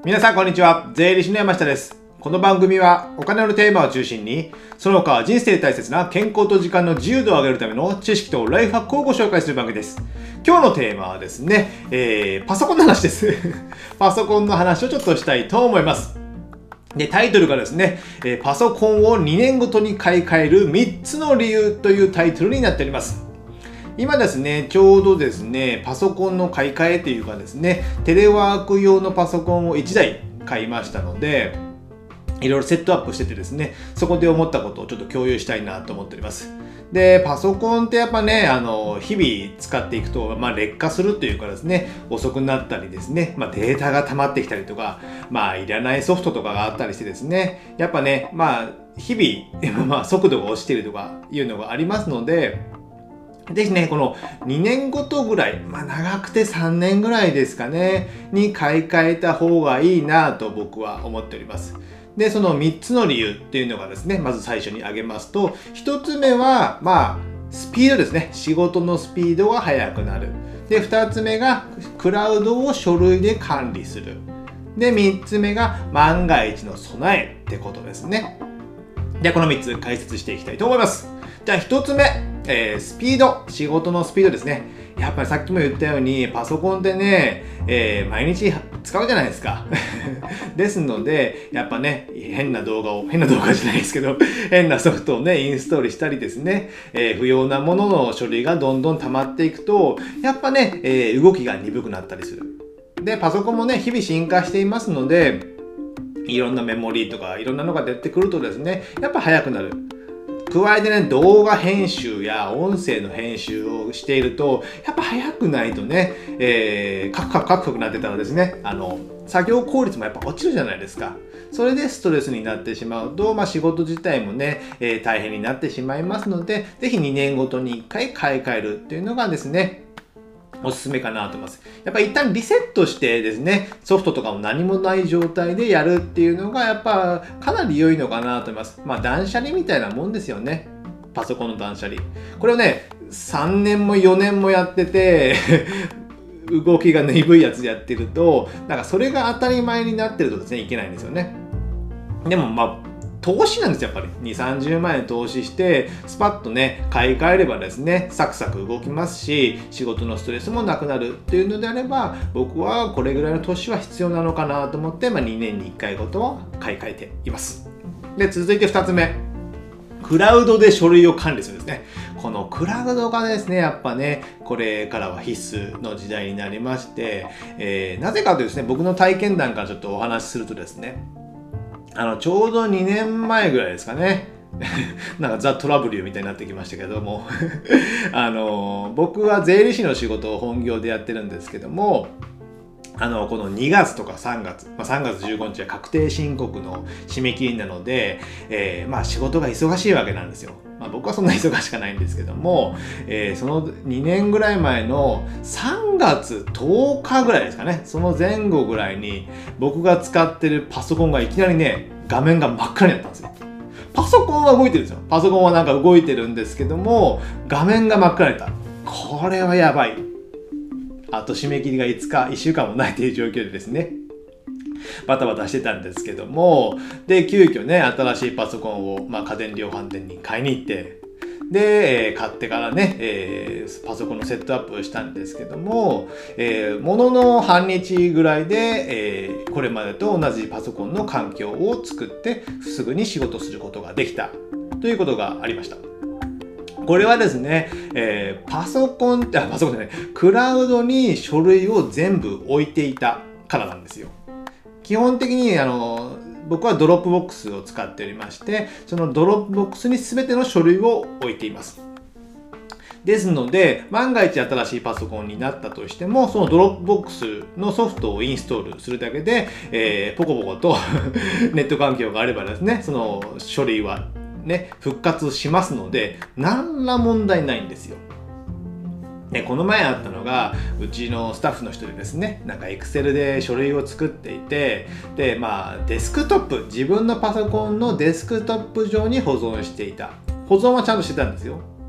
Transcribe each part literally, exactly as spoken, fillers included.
皆さんこんにちは。税理士の山下です。この番組はお金のテーマを中心に、その他は人生で大切な健康と時間の自由度を上げるための知識とライフハックをご紹介する番組です。今日のテーマはですね、えー、パソコンの話です。パソコンの話をちょっとしたいと思います。で、タイトルがですね、えー、パソコンをにねんごとに買い替えるみっつの理由というタイトルになっております。今ですね、ちょうどですね、パソコンの買い替えというかですね、テレワーク用のパソコンをいちだい買いましたので、いろいろセットアップしててですね、そこで思ったことをちょっと共有したいなと思っております。で、パソコンってやっぱね、あの、日々使っていくと、まあ、劣化するというかですね、遅くなったりですね、まあ、データが溜まってきたりとか、まあ、いらないソフトとかがあったりしてですね、やっぱね、まあ、日々、まあ、速度が落ちているとかいうのがありますので、ぜひね、このにねんごとぐらい、まあ長くてさんねんぐらいですかね、に買い替えた方がいいなと僕は思っております。で、そのみっつの理由っていうのがですね、まず最初に挙げますと、ひとつめは、まあ、スピードですね。仕事のスピードが速くなる。で、ふたつめが、クラウドを書類で管理する。で、みっつめが、万が一の備えってことですね。では、このみっつ解説していきたいと思います。じゃあひとつめ、えー、スピード、仕事のスピードですね。やっぱりさっきも言ったように、パソコンってね、えー、毎日使うじゃないですか。ですので、やっぱね、変な動画を、変な動画じゃないですけど、変なソフトをね、インストールしたりですね、えー、不要なものの処理がどんどん溜まっていくと、やっぱね、えー、動きが鈍くなったりする。で、パソコンもね、日々進化していますので、いろんなメモリーとかいろんなのが出てくるとですね、やっぱ速くなる。加えてね、動画編集や音声の編集をしていると、やっぱ早くないとね、えー、カクカクカクカクなってたらですね、あの、作業効率もやっぱ落ちるじゃないですか。それでストレスになってしまうと、まあ仕事自体もね、えー、大変になってしまいますので、ぜひにねんごとにいっかい買い替えるっていうのがですね、おすすめかなと思います。やっぱり一旦リセットしてですね、ソフトとかも何もない状態でやるっていうのがやっぱかなり良いのかなと思います。まあ断捨離みたいなもんですよね。パソコンの断捨離。これをね、さんねんもよねんもやってて、動きが鈍いやつでやってると、なんかそれが当たり前になってるとですね、いけないんですよね。でもまあ、投資なんですよ、やっぱり。に、さんじゅうまんえん投資して、スパッとね、買い替えればですね、サクサク動きますし、仕事のストレスもなくなるっていうのであれば、僕はこれぐらいの投資は必要なのかなと思って、まあ、にねんにいっかいごとは買い替えています。で、続いてふたつめ。クラウドで書類を管理するですね。このクラウドがですね、やっぱね、これからは必須の時代になりまして、えー、なぜかというとですね、僕の体験談からちょっとお話しするとですね、あの、ちょうどにねんまえぐらいですかね。なんかザ・トラブルみたいになってきましたけども。あの、僕は税理士の仕事を本業でやってるんですけども、あの、このにがつとかさんがつ、まあ、さんがつじゅうごにちは確定申告の締め切りなので、えー、まあ仕事が忙しいわけなんですよ。まあ僕はそんな忙しくないんですけども、えー、そのにねんぐらい前のさんがつとおかぐらいですかね、その前後ぐらいに僕が使ってるパソコンがいきなりね、画面が真っ暗になったんですよ。パソコンは動いてるんですよ。パソコンはなんか動いてるんですけども、画面が真っ暗になった。これはやばい。あと締め切りがいつか、いっしゅうかんもないという状況でですね、バタバタしてたんですけども、で、急遽ね、新しいパソコンを、まあ、家電量販店に買いに行って、で、えー、買ってからね、えー、パソコンのセットアップをしたんですけども、えー、ものの半日ぐらいで、えー、これまでと同じパソコンの環境を作って、すぐに仕事することができたということがありました。これはですね、えー、パソコン、あ、パソコンじゃない、クラウドに書類を全部置いていたからなんですよ。基本的に、あの、僕はドロップボックスを使っておりまして、そのドロップボックスに全ての書類を置いています。ですので、万が一新しいパソコンになったとしても、そのドロップボックスのソフトをインストールするだけで、えー、ポコポコとネット環境があればですね、その書類はね、復活しますので、何ら問題ないんですよ。で、この前あったのが、うちのスタッフの人でですね、なんか Excel で書類を作っていて、で、まあ、デスクトップ、自分のパソコンのデスクトップ上に保存していた。保存はちゃんとしてたんですよ。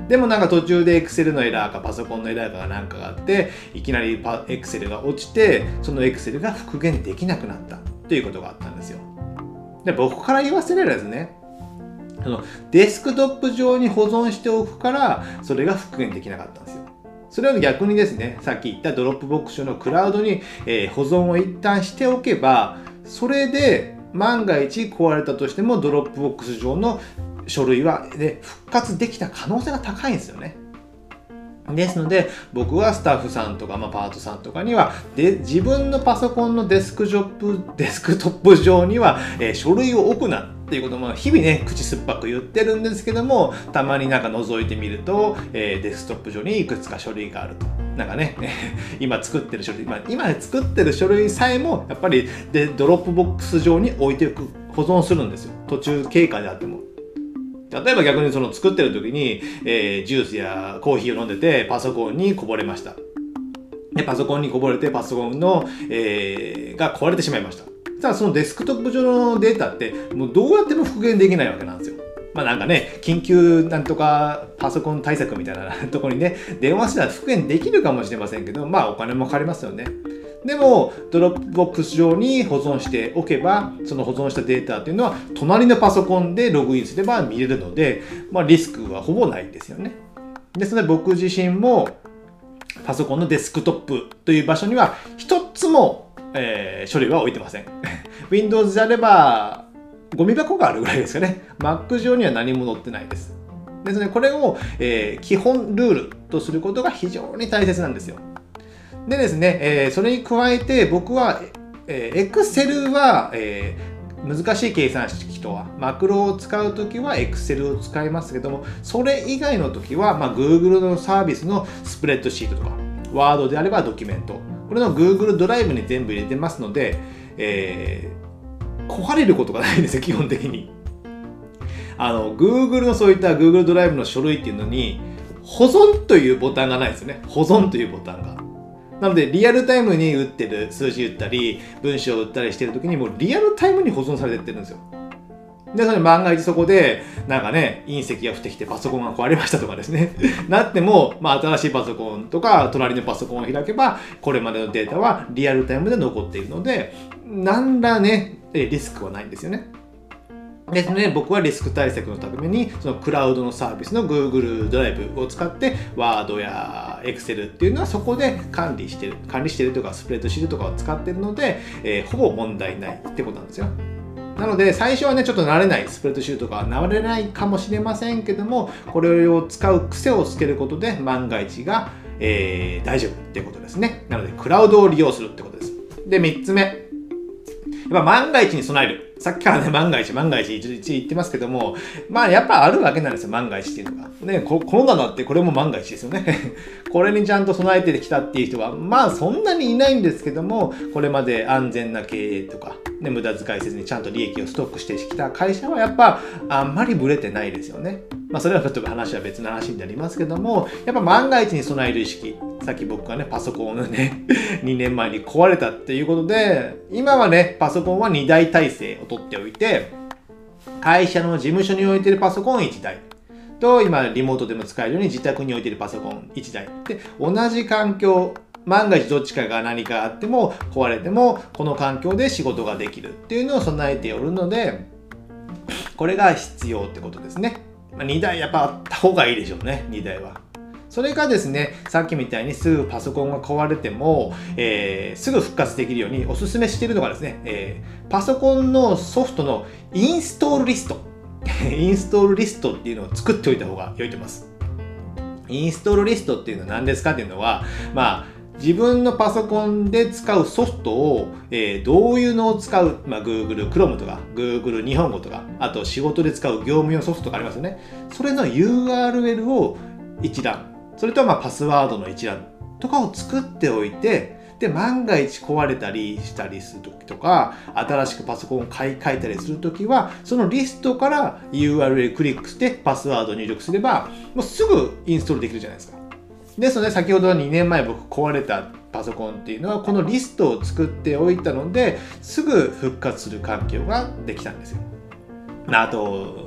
でもなんか途中で Excel のエラーかパソコンのエラーかなんかがあって、いきなり Excel が落ちて、その Excel が復元できなくなったということがあったんですよ。で、僕から言わせればですね、そのデスクトップ上に保存しておくから、それが復元できなかったんですよ。それを逆にですね、さっき言ったドロップボックス上のクラウドに、えー、保存を一旦しておけば、それで万が一壊れたとしてもドロップボックス上の書類は、ね、復活できた可能性が高いんですよね。ですので、僕はスタッフさんとか、まあ、パートさんとかにはで、自分のパソコンのデスクジョップ、デスクトップ上には、えー、書類を置くなっていうことも日々ね、口酸っぱく言ってるんですけども、たまになんか覗いてみると、えー、デスクトップ上にいくつか書類があると。なんかね、今作ってる書類、まあ、今作ってる書類さえも、やっぱりでドロップボックス上に置いておく、保存するんですよ。途中経過であっても。例えば逆にその作ってる時に、えー、ジュースやコーヒーを飲んでてパソコンにこぼれました。で、パソコンにこぼれてパソコンの、えー、が壊れてしまいました。ただそのデスクトップ上のデータってもうどうやっても復元できないわけなんですよ。まあなんかね、緊急なんとかパソコン対策みたいなところにね、電話したら復元できるかもしれませんけど、まあお金もかかりますよね。でも、ドロップボックス上に保存しておけば、その保存したデータっていうのは、隣のパソコンでログインすれば見れるので、まあリスクはほぼないんですよね。ですので僕自身も、パソコンのデスクトップという場所には、一つも、えー、書類は置いてません。Windows であれば、ゴミ箱があるぐらいですかね。Mac 上には何も載ってないです。ですので、これを、えー、基本ルールとすることが非常に大切なんですよ。でですね、えー、それに加えて僕は、えー、Excel は、えー、難しい計算式とは、マクロを使うときは Excel を使いますけども、それ以外のときは、まあ、Google のサービスのスプレッドシートとか、Word であればドキュメント、これの Google ドライブに全部入れてますので、えー、壊れることがないんですよ、基本的に。あの、Google のそういった Google ドライブの書類っていうのに、保存というボタンがないですよね。保存というボタンが。なので、リアルタイムに打ってる、数字打ったり、文章を打ったりしてるときに、もうリアルタイムに保存されてってるんですよ。で、それ万が一そこで、なんかね、隕石が降ってきてパソコンが壊れましたとかですね。なっても、まあ、新しいパソコンとか、隣のパソコンを開けば、これまでのデータはリアルタイムで残っているので、なんらね、リスクはないんですよね。ですので、僕はリスク対策のために、そのクラウドのサービスの Google ドライブを使って、Word や Excel っていうのはそこで管理してる、管理してるとか、スプレッドシートとかを使ってるので、えー、ほぼ問題ないってことなんですよ。なので、最初はね、ちょっと慣れない、スプレッドシートとか慣れないかもしれませんけども、これを使う癖をつけることで、万が一が、えー、大丈夫っていうことですね。なので、クラウドを利用するってことです。で、みっつめ。やっぱ万が一に備える。さっきからね、万が一、万が一、一日言ってますけども、まあやっぱあるわけなんですよ、万が一っていうのが。ね、こコロナだってこれも万が一ですよね。これにちゃんと備えてきたっていう人は、まあそんなにいないんですけども、これまで安全な経営とか、ね、無駄遣いせずにちゃんと利益をストックしてきた会社はやっぱあんまりブレてないですよね。まあそれはちょっと話は別の話になりますけども、やっぱ万が一に備える意識。さっき僕がね、パソコンをね、にねんまえに壊れたっていうことで、今はね、パソコンはにだい体制を取っておいて、会社の事務所に置いてるパソコンいちだいと、今リモートでも使えるように自宅に置いてるパソコンいちだい。で、同じ環境、万が一どっちかが何かあっても壊れても、この環境で仕事ができるっていうのを備えておるので、これが必要ってことですね。まあ、にだいやっぱあった方がいいでしょうね、にだいは。それがですね、さっきみたいにすぐパソコンが壊れても、えー、すぐ復活できるようにおすすめしているのがですね、えー、パソコンのソフトのインストールリスト。インストールリストっていうのを作っておいた方が良いと思います。インストールリストっていうのは何ですかっていうのは、まあ、自分のパソコンで使うソフトを、えー、どういうのを使う、まあ、Google Chrome とか Google 日本語とか、あと仕事で使う業務用ソフトとかありますよね。それの ユーアールエル を一覧、それとまあパスワードの一覧とかを作っておいて、で、万が一壊れたりしたりするときとか、新しくパソコンを買い替えたりするときは、そのリストから ユーアールエル クリックしてパスワードを入力すれば、もうすぐインストールできるじゃないですか。ですので、先ほどにねんまえ僕壊れたパソコンっていうのは、このリストを作っておいたので、すぐ復活する環境ができたんですよ。あと、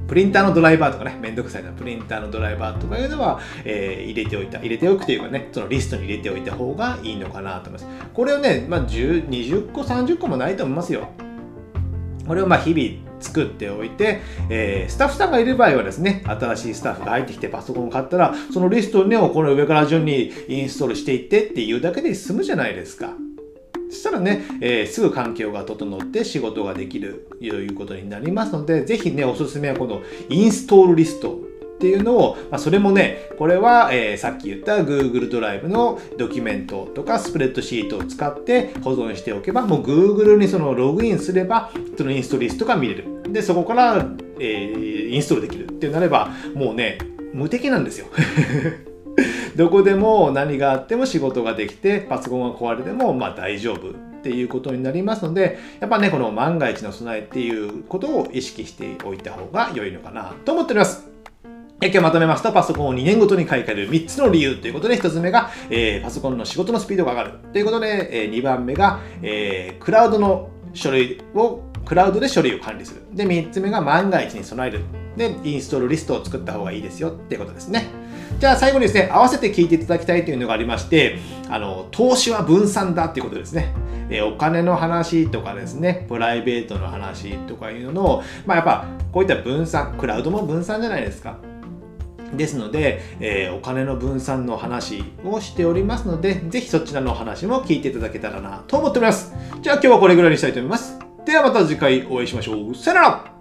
プリンターのドライバーとかね、めんどくさいな、プリンターのドライバーとかいうのは、えー、入れておいた、入れておくというかね、そのリストに入れておいた方がいいのかなと思います。これをね、まあ、じゅう、にじゅっこ、さんじゅっこもないと思いますよ。これをまあ日々作っておいて、えー、スタッフさんがいる場合はですね、新しいスタッフが入ってきてパソコンを買ったら、そのリストをね、この上から順にインストールしていってっていうだけで済むじゃないですか。そしたらね、えー、すぐ環境が整って仕事ができるということになりますので、ぜひね、おすすめはこのインストールリストっていうのを、まあ、それもね、これは、えー、さっき言った Google ドライブのドキュメントとかスプレッドシートを使って保存しておけば、もう Google にそのログインすれば、そのインストリストが見れる。で、そこから、えー、インストールできるってなれば、もうね、無敵なんですよ。どこでも何があっても仕事ができて、パソコンが壊れてもまあ大丈夫っていうことになりますので、やっぱね、この万が一の備えっていうことを意識しておいた方が良いのかなと思っております。今日まとめますと、パソコンをにねんごとに買い替えるみっつの理由ということで、ひとつめが、えー、パソコンの仕事のスピードが上がるということで、えー、にばんめが、えー、クラウドの書類を、クラウドで書類を管理する。で、みっつめが万が一に備える。で、インストールリストを作った方がいいですよっていうことですね。じゃあ最後にですね、合わせて聞いていただきたいというのがありまして、あの、投資は分散だっていうことですね。えお金の話とかですね、プライベートの話とかいうのを、まあやっぱこういった分散、クラウドも分散じゃないですか。ですので、えー、お金の分散の話をしておりますので、ぜひそちらの話も聞いていただけたらなと思っております。じゃあ今日はこれぐらいにしたいと思います。ではまた次回お会いしましょう。さよなら。